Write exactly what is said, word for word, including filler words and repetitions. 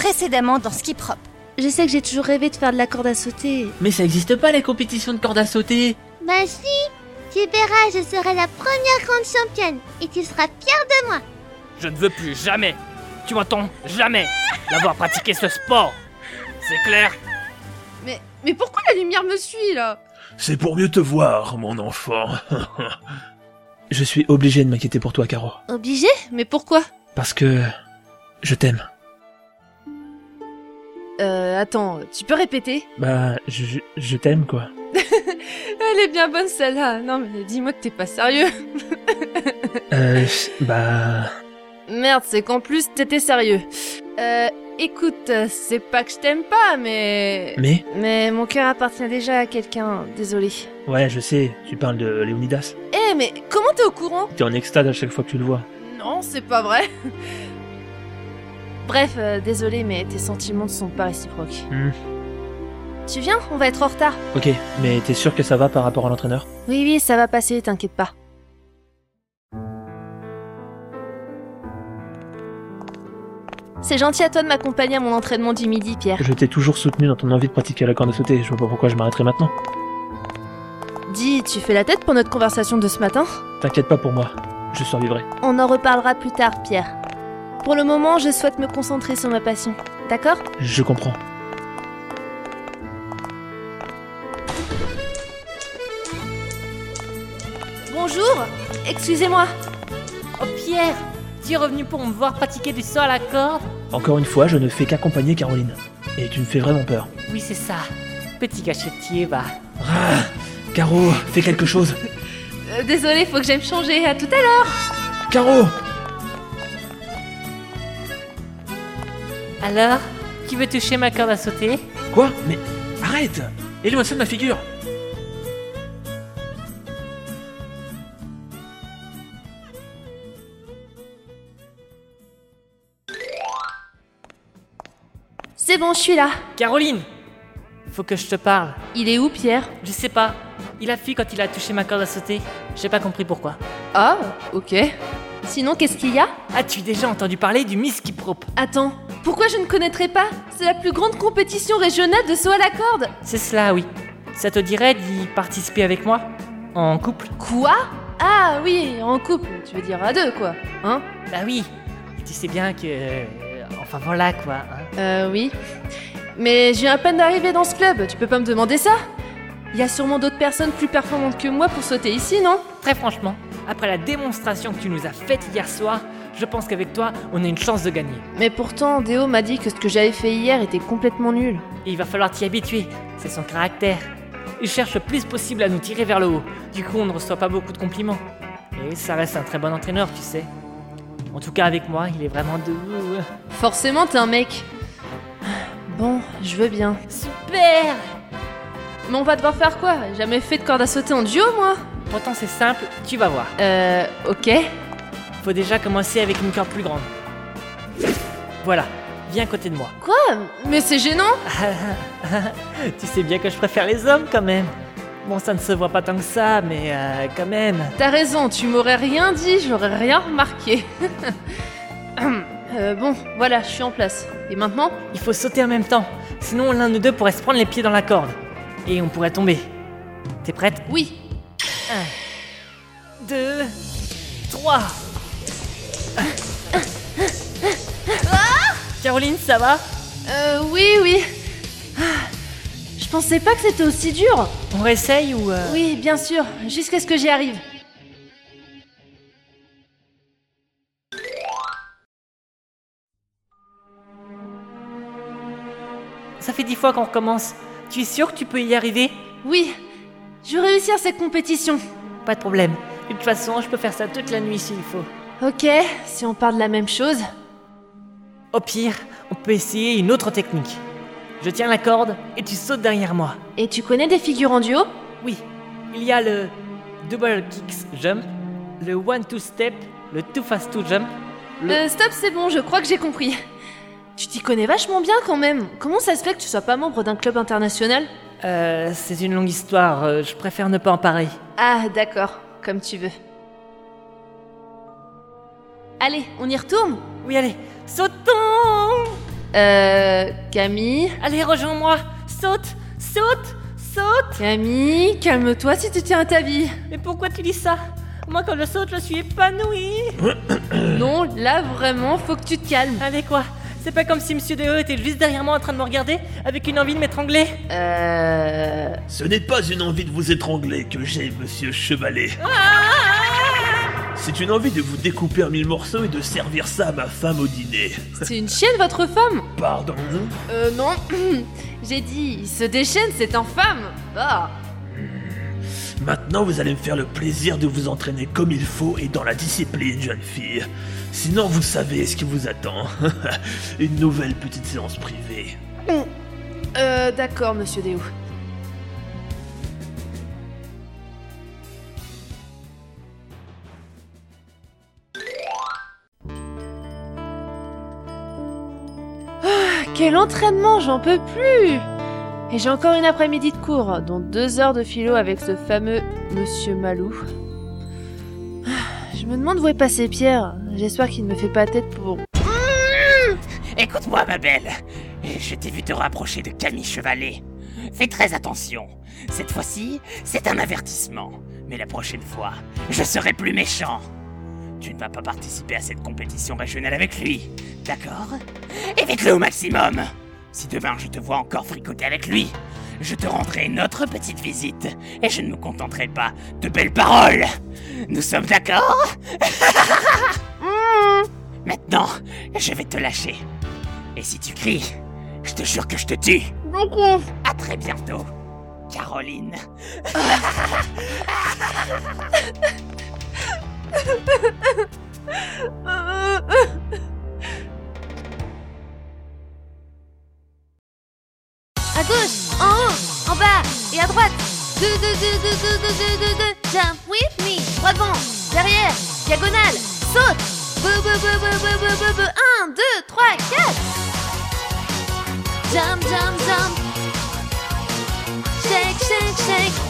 précédemment dans Skip Rope. Je sais que j'ai toujours rêvé de faire de la corde à sauter. Mais ça existe pas les compétitions de corde à sauter. Bah si, tu verras, je serai la première grande championne et tu seras fier de moi. Je ne veux plus jamais, tu m'entends, jamais, d'avoir pratiqué ce sport. C'est clair? Mais, mais pourquoi la lumière me suit là? C'est pour mieux te voir, mon enfant. Je suis obligé de m'inquiéter pour toi, Caro. Obligé? Mais pourquoi? Parce que... je t'aime. Euh, attends, tu peux répéter? Bah, je, je, je t'aime, quoi. Elle est bien bonne celle-là. Non mais dis-moi que t'es pas sérieux. Euh, bah... Merde, c'est qu'en plus t'étais sérieux. Euh, écoute, c'est pas que je t'aime pas, mais... Mais Mais mon cœur appartient déjà à quelqu'un, désolé. Ouais, je sais, tu parles de Léonidas. Eh, mais comment t'es au courant? T'es en extase à chaque fois que tu le vois. Non, c'est pas vrai. Bref, euh, désolé, mais tes sentiments ne sont pas réciproques. Hmm. Tu viens? On va être en retard. Ok, mais t'es sûr que ça va par rapport à l'entraîneur? Oui, oui, ça va passer, t'inquiète pas. C'est gentil à toi de m'accompagner à mon entraînement du midi, Pierre. Je t'ai toujours soutenu dans ton envie de pratiquer la corde à sauter, je vois pas pourquoi je m'arrêterai maintenant. Dis, tu fais la tête pour notre conversation de ce matin? T'inquiète pas pour moi, je survivrai. On en reparlera plus tard, Pierre. Pour le moment, je souhaite me concentrer sur ma passion. D'accord? Je comprends. Bonjour! Excusez-moi! Oh Pierre, tu es revenu pour me voir pratiquer du saut à la corde? Encore une fois, je ne fais qu'accompagner Caroline. Et tu me fais vraiment peur. Oui, c'est ça. Petit cachetier, va. Ah, Caro, fais quelque chose. Euh, désolé, faut que j'aille me changer. À tout à l'heure! Caro! Alors, tu veux toucher ma corde à sauter? Quoi? Mais arrête! Éloigne ça de ma figure! C'est bon, je suis là. Caroline! Faut que je te parle. Il est où, Pierre? Je sais pas. Il a fui quand il a touché ma corde à sauter. J'ai pas compris pourquoi. Ah, ok. Sinon, qu'est-ce qu'il y a? As-tu déjà entendu parler du Miss Skip Rope? Attends, pourquoi je ne connaîtrais pas? C'est la plus grande compétition régionale de saut à la corde. C'est cela, oui. Ça te dirait d'y participer avec moi? En couple? Quoi? Ah oui, en couple, tu veux dire à deux, quoi. Hein? Bah oui. Tu sais bien que... euh, Enfin voilà, quoi. Hein. Euh, oui. Mais j'ai à peine d'arriver dans ce club, tu peux pas me demander ça? Il y a sûrement d'autres personnes plus performantes que moi pour sauter ici, non? Très franchement, après la démonstration que tu nous as faite hier soir, je pense qu'avec toi, on a une chance de gagner. Mais pourtant, Déo m'a dit que ce que j'avais fait hier était complètement nul. Et il va falloir t'y habituer, c'est son caractère. Il cherche le plus possible à nous tirer vers le haut, du coup on ne reçoit pas beaucoup de compliments. Et ça reste un très bon entraîneur, tu sais. En tout cas avec moi, il est vraiment doux. Forcément, t'es un mec. Bon, je veux bien. Super! Mais on va devoir faire quoi? J'ai jamais fait de corde à sauter en duo, moi. Pourtant c'est simple, tu vas voir. Euh, ok. Faut déjà commencer avec une corde plus grande. Voilà, viens à côté de moi. Quoi? Mais c'est gênant. Tu sais bien que je préfère les hommes quand même. Bon, ça ne se voit pas tant que ça, mais euh, quand même. T'as raison, tu m'aurais rien dit, j'aurais rien remarqué. euh, bon, voilà, je suis en place. Et maintenant? Il faut sauter en même temps, sinon l'un de nous deux pourrait se prendre les pieds dans la corde. Et on pourrait tomber. T'es prête? Oui. Un, deux, trois. Caroline, ça va? Euh, oui, oui. Je pensais pas que c'était aussi dur. On réessaye ou... Euh... Oui, bien sûr, jusqu'à ce que j'y arrive. Ça fait dix fois qu'on recommence. Tu es sûr que tu peux y arriver? Oui, je veux réussir cette compétition. Pas de problème. De toute façon, je peux faire ça toute la nuit s'il faut. Ok, si on parle de la même chose. Au pire, on peut essayer une autre technique. Je tiens la corde et tu sautes derrière moi. Et tu connais des figures en duo? Oui, il y a le double kicks jump, le one two step, le two fast two jump. Le... Euh, stop, c'est bon, je crois que j'ai compris. Tu t'y connais vachement bien quand même. Comment ça se fait que tu sois pas membre d'un club international? Euh, c'est une longue histoire, euh, je préfère ne pas en parler. Ah, d'accord, comme tu veux. Allez, on y retourne? Oui, allez, sautons! Euh... Camille Allez, rejoins-moi. Saute, saute, saute. Camille, calme-toi si tu tiens à ta vie. Mais pourquoi tu dis ça? Moi, quand je saute, je suis épanouie. Non, là, vraiment, faut que tu te calmes. Allez, quoi? C'est pas comme si Monsieur Deo était juste derrière moi en train de me regarder avec une envie de m'étrangler. Euh... Ce n'est pas une envie de vous étrangler que j'ai, monsieur Chevalet. C'est une envie de vous découper en mille morceaux et de servir ça à ma femme au dîner. C'est une chienne, votre femme? Pardon? Euh, non. J'ai dit, il se déchaîne, c'est infâme. Ah. Maintenant, vous allez me faire le plaisir de vous entraîner comme il faut et dans la discipline, jeune fille. Sinon, vous savez ce qui vous attend. Une nouvelle petite séance privée. Euh, d'accord, monsieur Deo. Ah, quel entraînement, j'en peux plus! Et j'ai encore une après-midi de cours, dont deux heures de philo avec ce fameux Monsieur Malou. Je me demande où est passé Pierre. J'espère qu'il ne me fait pas tête pour... Écoute-moi, ma belle. Je t'ai vu te rapprocher de Camille Chevalet. Fais très attention. Cette fois-ci, c'est un avertissement. Mais la prochaine fois, je serai plus méchant. Tu ne vas pas participer à cette compétition régionale avec lui, d'accord? Évite-le au maximum. Si demain je te vois encore fricoter avec lui, je te rendrai une autre petite visite et je ne me contenterai pas de belles paroles. Nous sommes d'accord? Maintenant, je vais te lâcher. Et si tu cries, je te jure que je te tue. D'accord. À très bientôt, Caroline. À gauche, en haut, en bas et à droite. Deux, deux, deux, deux, deux, deux, deux, deux, deux. Jump with me. Droit devant, derrière, diagonale, saute. Bou, bou, bou, bou, bou, bou, bou, bou. Un, deux, trois, quatre. Jump, jump, jump. Shake, shake, shake.